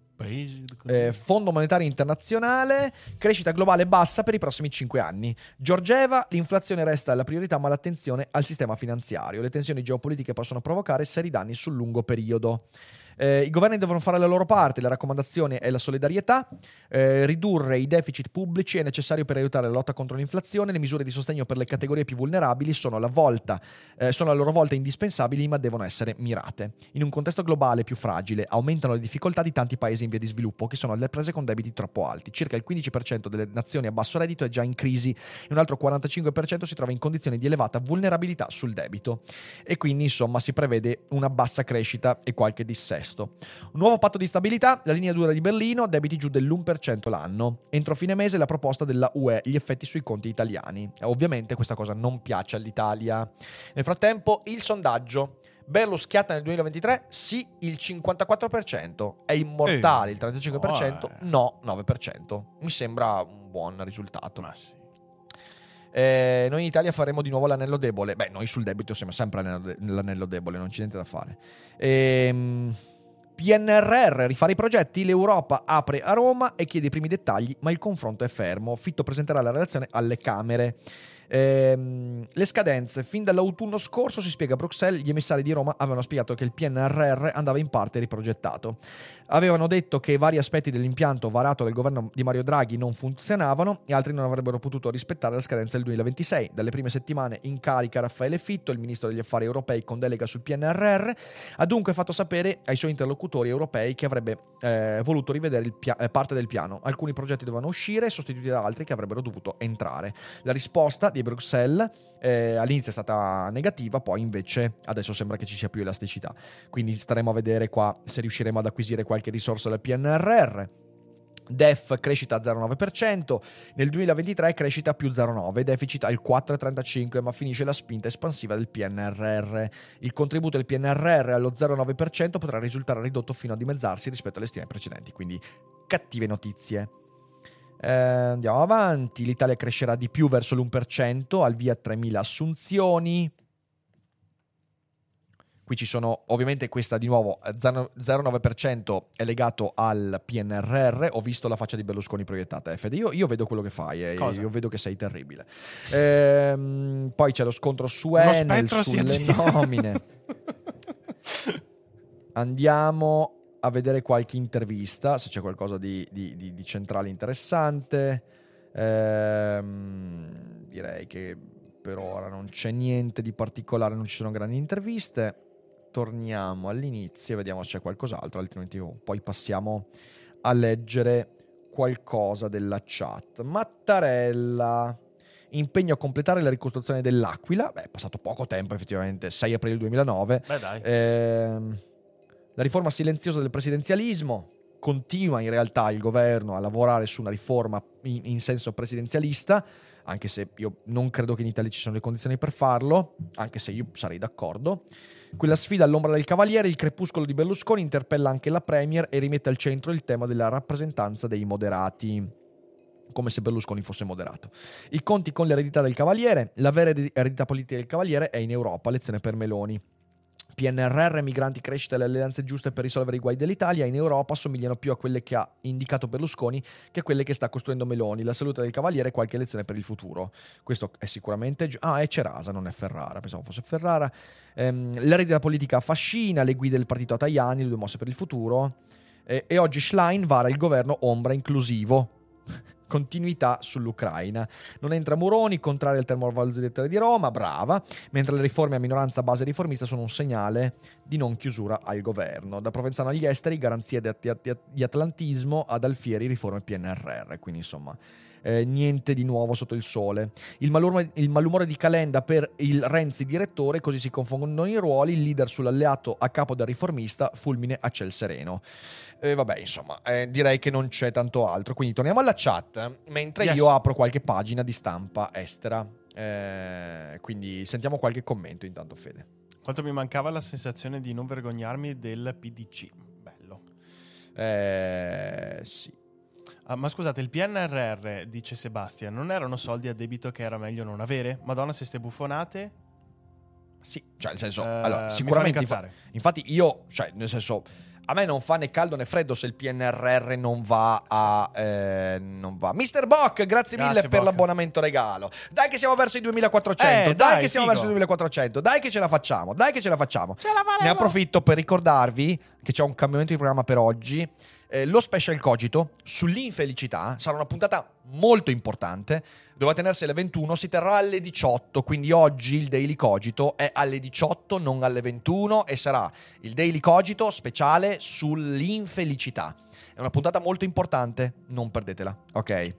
Eh, Fondo Monetario Internazionale, crescita globale bassa per i prossimi cinque anni. Giorgieva, l'inflazione resta la priorità, ma l'attenzione al sistema finanziario. Le tensioni geopolitiche possono provocare seri danni sul lungo periodo. Eh, I governi devono fare la loro parte, la raccomandazione è la solidarietà, eh, ridurre i deficit pubblici è necessario per aiutare la lotta contro l'inflazione, le misure di sostegno per le categorie più vulnerabili sono, la volta, eh, sono a loro volta indispensabili, ma devono essere mirate. In un contesto globale più fragile aumentano le difficoltà di tanti paesi in via di sviluppo che sono alle prese con debiti troppo alti. Circa il quindici per cento delle nazioni a basso reddito è già in crisi e un altro quarantacinque per cento si trova in condizioni di elevata vulnerabilità sul debito, e quindi insomma si prevede una bassa crescita e qualche dissesto. Un nuovo patto di stabilità, la linea dura di Berlino, debiti giù dell'uno per cento l'anno. Entro fine mese la proposta della U E, gli effetti sui conti italiani. Ovviamente questa cosa non piace all'Italia. Nel frattempo il sondaggio: Berluschiata nel duemilaventitré, sì il cinquantaquattro per cento, è immortale il trentacinque per cento, no nove per cento. Mi sembra un buon risultato. Ma sì. Eh, noi in Italia faremo di nuovo l'anello debole. Beh, noi sul debito siamo sempre l'anello debole, non c'è niente da fare. Ehm... P N R R, rifare i progetti, l'Europa apre a Roma e chiede i primi dettagli, ma il confronto è fermo. Fitto presenterà la relazione alle Camere. Ehm, le scadenze. Fin dall'autunno scorso, si spiega a Bruxelles, gli emissari di Roma avevano spiegato che il P N R R andava in parte riprogettato. Avevano detto che vari aspetti dell'impianto varato dal governo di Mario Draghi non funzionavano e altri non avrebbero potuto rispettare la scadenza del duemilaventisei. Dalle prime settimane in carica Raffaele Fitto, il ministro degli affari europei con delega sul P N R R, ha dunque fatto sapere ai suoi interlocutori europei che avrebbe eh, voluto rivedere il pia- eh, parte del piano. Alcuni progetti dovevano uscire, sostituiti da altri che avrebbero dovuto entrare. La risposta di Bruxelles eh, all'inizio è stata negativa, poi invece adesso sembra che ci sia più elasticità. Quindi staremo a vedere qua se riusciremo ad acquisire qualche risorsa dal P N R R. D E F crescita a zero virgola nove per cento, nel duemilaventitré crescita più zero virgola nove, deficit al quattro virgola trentacinque, ma finisce la spinta espansiva del P N R R. Il contributo del P N R R allo zero virgola nove per cento potrà risultare ridotto fino a dimezzarsi rispetto alle stime precedenti, quindi cattive notizie. Eh, andiamo avanti, l'Italia crescerà di più verso l'uno per cento, al via tremila assunzioni. Qui ci sono, ovviamente questa di nuovo, zero virgola nove per cento è legato al P N R R. Ho visto la faccia di Berlusconi proiettata, Fede. Io, io vedo quello che fai, eh. Io vedo che sei terribile. Ehm, poi c'è lo scontro su Enel, sulle nomine. Andiamo a vedere qualche intervista, se c'è qualcosa di, di, di, di centrale interessante. Ehm, direi che per ora non c'è niente di particolare, non ci sono grandi interviste. Torniamo all'inizio e vediamo se c'è qualcos'altro, altrimenti poi passiamo a leggere qualcosa della chat. Mattarella: impegno a completare la ricostruzione dell'Aquila. Beh, è passato poco tempo effettivamente, sei aprile duemilanove. Beh, dai. Ehm, la riforma silenziosa del presidenzialismo. continua in realtà il governo a lavorare su una riforma in, in senso presidenzialista, anche se io non credo che in Italia ci siano le condizioni per farlo, anche se io sarei d'accordo. Quella sfida all'ombra del Cavaliere, il crepuscolo di Berlusconi, interpella anche la Premier e rimette al centro il tema della rappresentanza dei moderati, come se Berlusconi fosse moderato. I conti con l'eredità del Cavaliere. La vera eredità politica del Cavaliere è in Europa, lezione per Meloni. P N R R, migranti, crescita e le alleanze giuste per risolvere i guai dell'Italia in Europa somigliano più a quelle che ha indicato Berlusconi che a quelle che sta costruendo Meloni. La salute del Cavaliere, qualche lezione per il futuro. Questo è sicuramente... Gi- ah, è Cerasa, non è Ferrara. Pensavo fosse Ferrara. Ehm, l'eredità politica affascina, le guide del partito a Tajani, le due mosse per il futuro. E, e oggi Schlein vara il governo ombra inclusivo. Continuità sull'Ucraina. Non entra Moroni, contrario al termovalorizzatore di Roma, brava, mentre le riforme a minoranza base riformista sono un segnale di non chiusura al governo. Da Provenzano agli esteri, garanzie di, di, di atlantismo, ad Alfieri, riforme P N R R. Quindi insomma, eh, niente di nuovo sotto il sole. Il malumore, il malumore di Calenda per il Renzi direttore, così si confondono i ruoli, il leader sull'alleato a capo del riformista, fulmine a ciel sereno. E eh, vabbè, insomma, eh, direi che non c'è tanto altro. Quindi torniamo alla chat, mentre yes. io apro qualche pagina di stampa estera. Eh, quindi sentiamo qualche commento intanto, Fede. Quanto mi mancava la sensazione di non vergognarmi del P D C. Bello. Eh, sì. Ah, ma scusate, il P N R R, dice Sebastian, non erano soldi a debito che era meglio non avere? Madonna, se ste buffonate... Sì, cioè nel senso... Eh, allora, sicuramente... Infa- infatti io, cioè nel senso... A me non fa né caldo né freddo se il P N R R non va a... Eh, non va. mister Bock, grazie mille Grazie, per Bock. l'abbonamento regalo. Dai che siamo verso i duemilaquattrocento. Eh, dai, dai, che siamo figo. verso i duemilaquattrocento. Dai che ce la facciamo. Dai che ce la facciamo. Ce la faremo. Ne approfitto per ricordarvi che c'è un cambiamento di programma per oggi. Eh, lo special Cogito sull'infelicità sarà una puntata molto importante. Doveva tenersi alle ventuno, si terrà alle diciotto, quindi oggi il Daily Cogito è alle diciotto, non alle ventuno, e sarà il Daily Cogito speciale sull'infelicità. È una puntata molto importante, non perdetela, ok?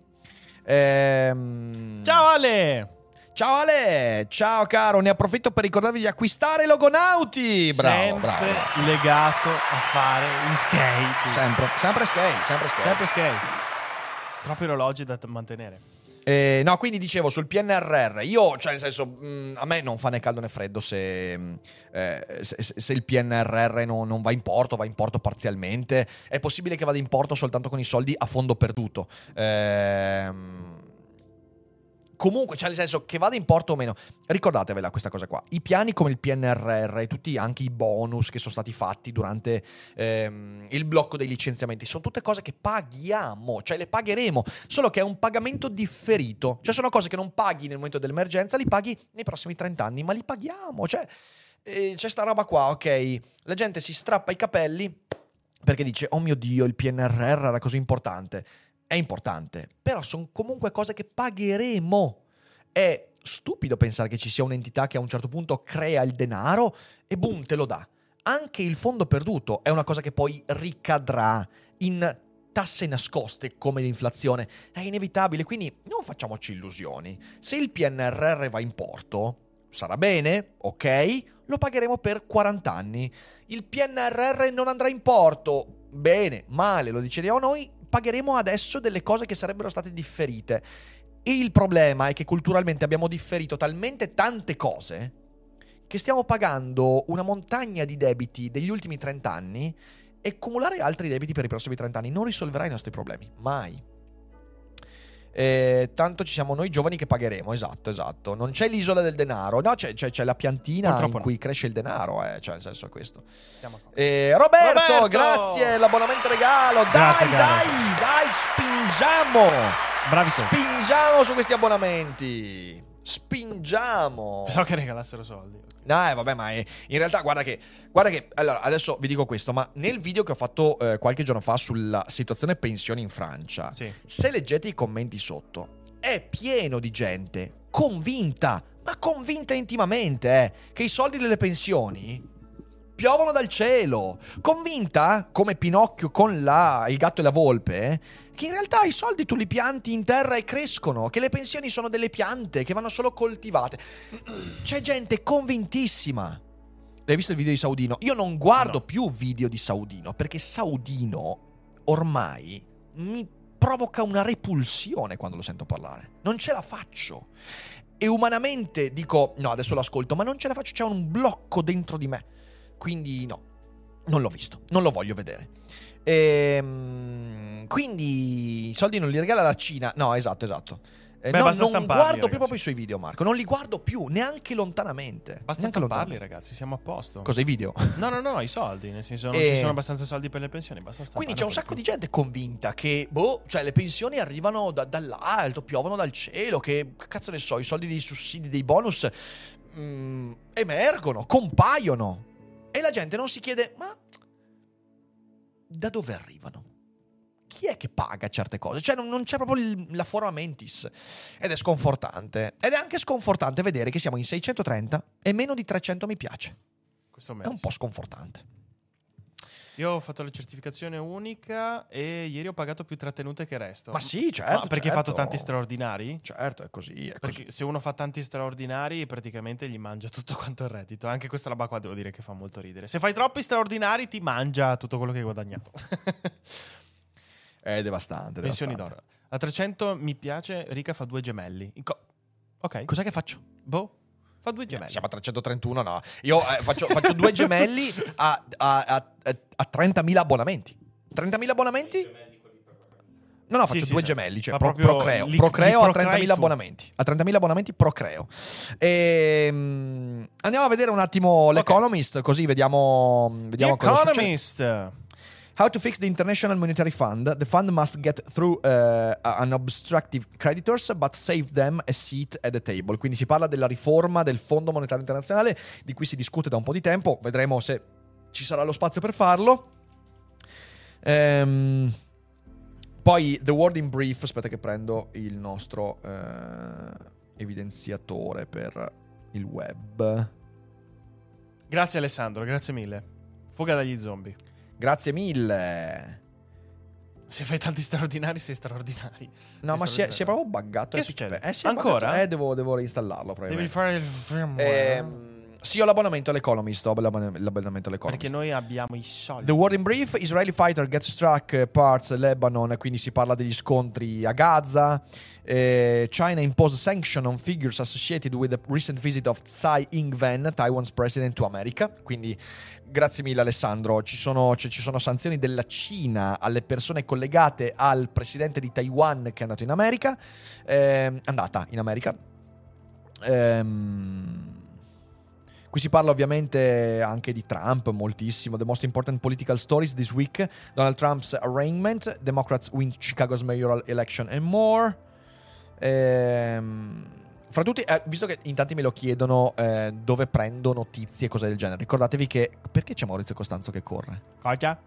Ehm... Ciao Ale! Ciao Ale! Ciao caro, ne approfitto per ricordarvi di acquistare Logonauti! Bravo, sempre bravo, bravo. legato a fare gli skate. Sempre, sempre skate, sempre skate. Sempre skate. Troppi orologi da t- mantenere. Eh, no, quindi dicevo sul P N R R, io, cioè nel senso, mh, a me non fa né caldo né freddo se, mh, eh, se, se il P N R R non, non va in porto, va in porto parzialmente. È possibile che vada in porto soltanto con i soldi a fondo perduto. Ehm... Comunque, cioè nel senso che vada in porto o meno, ricordatevela questa cosa qua. I piani come il P N R R e tutti anche i bonus che sono stati fatti durante ehm, il blocco dei licenziamenti sono tutte cose che paghiamo, cioè le pagheremo, solo che è un pagamento differito. Cioè sono cose che non paghi nel momento dell'emergenza, li paghi nei prossimi trenta anni, ma li paghiamo. Cioè eh, c'è sta roba qua, ok? La gente si strappa i capelli perché dice, oh mio Dio, il P N R R era così importante. È importante, però sono comunque cose che pagheremo. È stupido pensare che ci sia un'entità che a un certo punto crea il denaro e boom, te lo dà. Anche il fondo perduto è una cosa che poi ricadrà in tasse nascoste come l'inflazione. È inevitabile, quindi non facciamoci illusioni. Se il P N R R va in porto, sarà bene, ok, lo pagheremo per quaranta anni. Il P N R R non andrà in porto, bene, male, lo decidiamo noi, pagheremo adesso delle cose che sarebbero state differite. E il problema è che culturalmente abbiamo differito talmente tante cose che stiamo pagando una montagna di debiti degli ultimi trenta anni, e accumulare altri debiti per i prossimi trenta anni non risolverà i nostri problemi, mai. E tanto ci siamo noi giovani che pagheremo, esatto, esatto. Non c'è l'isola del denaro, no, c'è, c'è, c'è la piantina Purtroppo in cui no. cresce il denaro, eh, cioè nel senso è questo. Eh, Roberto, Roberto, grazie, l'abbonamento regalo. Grazie, dai, caro. dai, dai, spingiamo. Bravi. Spingiamo su questi abbonamenti. Spingiamo. Pensavo che regalassero soldi. No, eh, vabbè, ma è, in realtà guarda che, guarda che, allora adesso vi dico questo, ma nel video che ho fatto eh, qualche giorno fa sulla situazione pensioni in Francia, Sì. se leggete i commenti sotto, è pieno di gente convinta, ma convinta intimamente, eh, che i soldi delle pensioni piovono dal cielo, convinta, come Pinocchio con la, il gatto e la volpe, eh, che in realtà i soldi tu li pianti in terra e crescono, che le pensioni sono delle piante che vanno solo coltivate. C'è gente convintissima. Hai visto il video di Saudino? Io non guardo No. più video di Saudino, perché Saudino ormai mi provoca una repulsione quando lo sento parlare. Non ce la faccio. E umanamente dico, no, adesso lo ascolto, ma non ce la faccio, c'è un blocco dentro di me. Quindi no, non l'ho visto, non lo voglio vedere. Ehm, quindi i soldi non li regala la Cina. No, esatto, esatto. Eh, Beh, no, basta non stamparli, guardo più ragazzi. proprio i suoi video, Marco. Non li guardo più, neanche lontanamente. Basta neanche stamparli, lontanamente. ragazzi, siamo a posto. Cosa, i video? No, no, no, i soldi, nel senso non E- ci sono abbastanza soldi per le pensioni, basta stamparli. Quindi c'è un sacco di gente convinta che, boh, cioè le pensioni arrivano da- dall'alto, piovono dal cielo, che, che cazzo ne so, i soldi dei sussidi, dei bonus mm, emergono, compaiono. E la gente non si chiede, ma da dove arrivano? Chi è che paga certe cose? Cioè non, non c'è proprio il- la forma mentis. Ed è sconfortante. Ed è anche sconfortante vedere che siamo in seicentotrenta e meno di trecento mi piace. Questo È mese. un po' sconfortante. Io ho fatto la certificazione unica e ieri ho pagato più trattenute che resto. Ma sì, certo. Ma perché hai certo. fatto tanti straordinari? Certo, è così, è così. Perché se uno fa tanti straordinari, praticamente gli mangia tutto quanto il reddito. Anche questa roba qua devo dire che fa molto ridere. Se fai troppi straordinari, ti mangia tutto quello che hai guadagnato. È devastante. Pensioni devastante. d'oro. A trecento mi piace, Rica fa due gemelli. In co- ok. Cos'è che faccio? Boh, fa due gemelli. Siamo a trecentotrentuno, no. Io eh, faccio, faccio due gemelli a, a, a, a trentamila abbonamenti. trentamila abbonamenti? No, no, faccio Sì, sì, due sì. gemelli, cioè Fa pro, proprio procreo. li- Procreo li a procrei trentamila tu. abbonamenti. A trentamila abbonamenti procreo. Ehm, andiamo a vedere un attimo l'Economist, così vediamo, The vediamo cosa succede. Economist. How to fix the International Monetary Fund. The fund must get through uh, unobstructive creditors but save them a seat at the table. Quindi si parla della riforma del Fondo Monetario Internazionale, di cui si discute da un po' di tempo. Vedremo se ci sarà lo spazio per farlo. Ehm, poi The Word in Brief. Aspetta che prendo il nostro eh, evidenziatore per il web. Grazie Alessandro, grazie mille. Fuga dagli zombie. Grazie mille. Se fai tanti straordinari, sei straordinari. No, Sei ma si è, straordinario. si è proprio buggato. Che Epic succede? Pay. Eh, si è Ancora? buggato. Eh, devo, devo reinstallarlo Devi probabilmente. fare il firmware. Ehm, sì, ho l'abbonamento all'Economist. Ho l'abbon- l'abbonamento all'Economist. Perché noi abbiamo i soldi. The War in Brief, Israeli fighter gets struck, uh, parts Lebanon, quindi si parla degli scontri a Gaza. Eh, China imposed sanction on figures associated with the recent visit of Tsai Ing-wen, Taiwan's president, to America. Quindi grazie mille Alessandro, ci sono, cioè, ci sono sanzioni della Cina alle persone collegate al presidente di Taiwan che è andato in America, eh, andata in America. Ehm... Qui si parla ovviamente anche di Trump, moltissimo. The most important political stories this week. Donald Trump's arraignment. Democrats win Chicago's mayoral election and more. Ehm, fra tutti, eh, visto che in tanti me lo chiedono eh, dove prendo notizie e cose del genere, ricordatevi che... Perché c'è Maurizio Costanzo che corre? Cosa?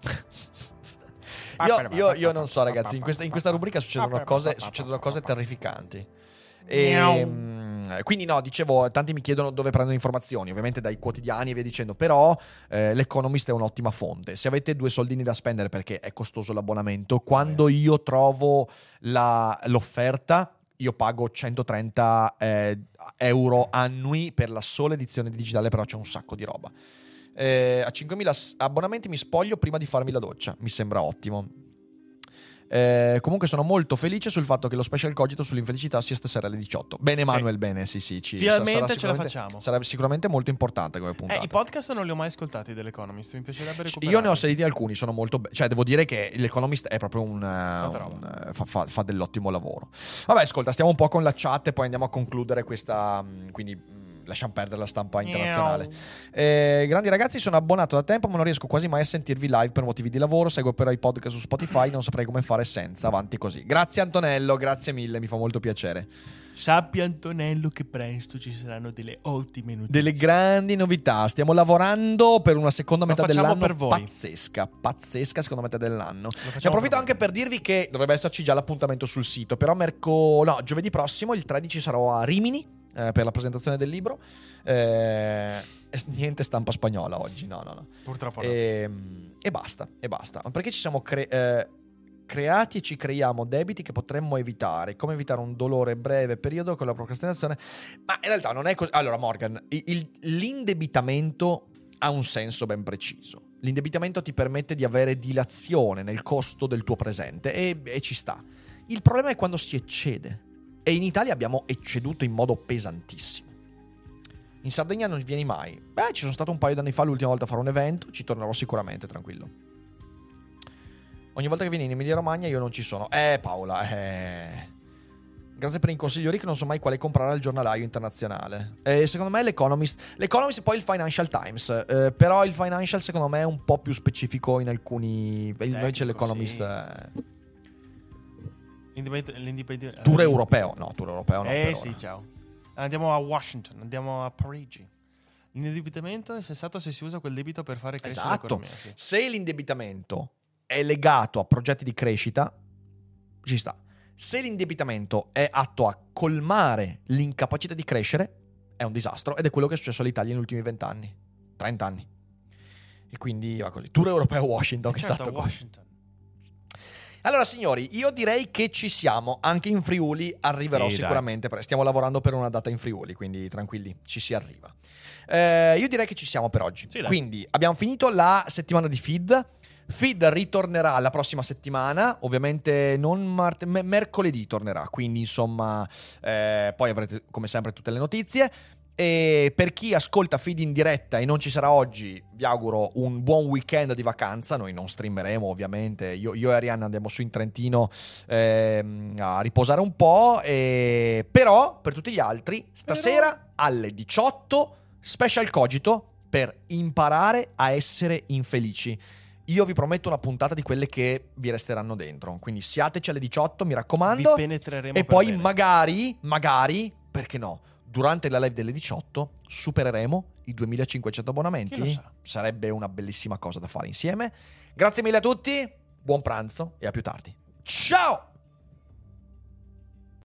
Io, io, io non so ragazzi, in questa, in questa rubrica succedono cose, succedono cose terrificanti. E, quindi no, dicevo, tanti mi chiedono dove prendono informazioni, ovviamente dai quotidiani e via dicendo, però eh, l'Economist è un'ottima fonte. Se avete due soldini da spendere perché è costoso l'abbonamento, quando io trovo la, l'offerta, io pago centotrenta eh, euro annui per la sola edizione digitale, però c'è un sacco di roba. Eh, a cinquemila abbonamenti mi spoglio prima di farmi la doccia, mi sembra ottimo. Eh, comunque sono molto felice sul fatto che lo special cogito sull'infelicità sia stasera alle diciotto. Bene Manuel, Sì. bene, sì sì ci, Finalmente sarà ce la sicuramente- facciamo. Sarà sicuramente molto importante come puntata. Eh, i podcast non li ho mai ascoltati dell'Economist. Mi piacerebbe recuperare. Io ne ho sentiti alcuni, sono molto be- cioè devo dire che l'Economist è proprio un, Tanta un- roba. fa, fa- fa dell'ottimo lavoro. Vabbè, ascolta, stiamo un po' con la chat e poi andiamo a concludere questa, mh, quindi mh, lasciamo perdere la stampa internazionale. Eh, grandi ragazzi, sono abbonato da tempo ma non riesco quasi mai a sentirvi live per motivi di lavoro, seguo però i podcast su Spotify, non saprei come fare senza, avanti così. Grazie Antonello, grazie mille, mi fa molto piacere. Sappi Antonello che presto ci saranno delle ottime notizie. Delle grandi novità, stiamo lavorando per una seconda Lo metà facciamo dell'anno per voi. pazzesca, pazzesca seconda metà dell'anno. facciamo Ne approfitto per anche per dirvi che dovrebbe esserci già l'appuntamento sul sito, però merco... no, giovedì prossimo, il tredici, sarò a Rimini eh, per la presentazione del libro. Eh, e niente stampa spagnola oggi, no, no, no. Purtroppo no. E, e basta, e basta. Perché ci siamo cre- eh, creati e ci creiamo debiti che potremmo evitare. Come evitare un dolore breve periodo con la procrastinazione? Ma in realtà non è così. Allora, Morgan, il- il- l'indebitamento ha un senso ben preciso. L'indebitamento ti permette di avere dilazione nel costo del tuo presente e, e ci sta. Il problema è quando si eccede. E in Italia abbiamo ecceduto in modo pesantissimo. In Sardegna non vieni mai. Beh, ci sono stato un paio di anni fa, l'ultima volta a fare un evento, ci tornerò sicuramente, tranquillo. Ogni volta che vieni in Emilia Romagna io non ci sono. Eh, Paola, eh... Grazie per il consiglio, Rick, non so mai quale comprare al giornalaio internazionale. Eh, secondo me l'Economist, l'Economist e poi il Financial Times, eh, però il Financial secondo me è un po' più specifico in alcuni, Tecnico, invece l'Economist sì. è... Indipendente, l'indipendente- Tour europeo, no, tour europeo no. Eh per sì, ora. ciao. Andiamo a Washington, andiamo a Parigi. L'indebitamento è sensato se si usa quel debito per fare crescere Esatto. l'economia. Sì. Se l'indebitamento è legato a progetti di crescita, ci sta. Se l'indebitamento è atto a colmare l'incapacità di crescere, è un disastro ed è quello che è successo all'Italia negli ultimi vent'anni, trent'anni. E quindi va così. Tour europeo Washington, che Certo, è stato così. Washington. Allora signori, io direi che ci siamo, anche in Friuli arriverò Sì, sicuramente, dai. Stiamo lavorando per una data in Friuli, quindi tranquilli, ci si arriva. Eh, io direi che ci siamo per oggi, Sì, dai. quindi abbiamo finito la settimana di feed. Feed ritornerà la prossima settimana, ovviamente non mart- me- mercoledì tornerà, quindi insomma eh, poi avrete come sempre tutte le notizie. E per chi ascolta Feed in diretta e non ci sarà oggi, vi auguro un buon weekend di vacanza. Noi non streameremo ovviamente, io, io e Arianna andiamo su in Trentino ehm, a riposare un po', e... però per tutti gli altri stasera però... alle diciotto Special Cogito per imparare a essere infelici. Io vi prometto una puntata di quelle che vi resteranno dentro, quindi siateci alle diciotto, mi raccomando. Vi penetreremo e per poi bene. magari, magari, perché no, durante la live delle diciotto supereremo i duemilacinquecento abbonamenti. Chi lo sa? Sarebbe una bellissima cosa da fare insieme. Grazie mille a tutti, buon pranzo e a più tardi. Ciao!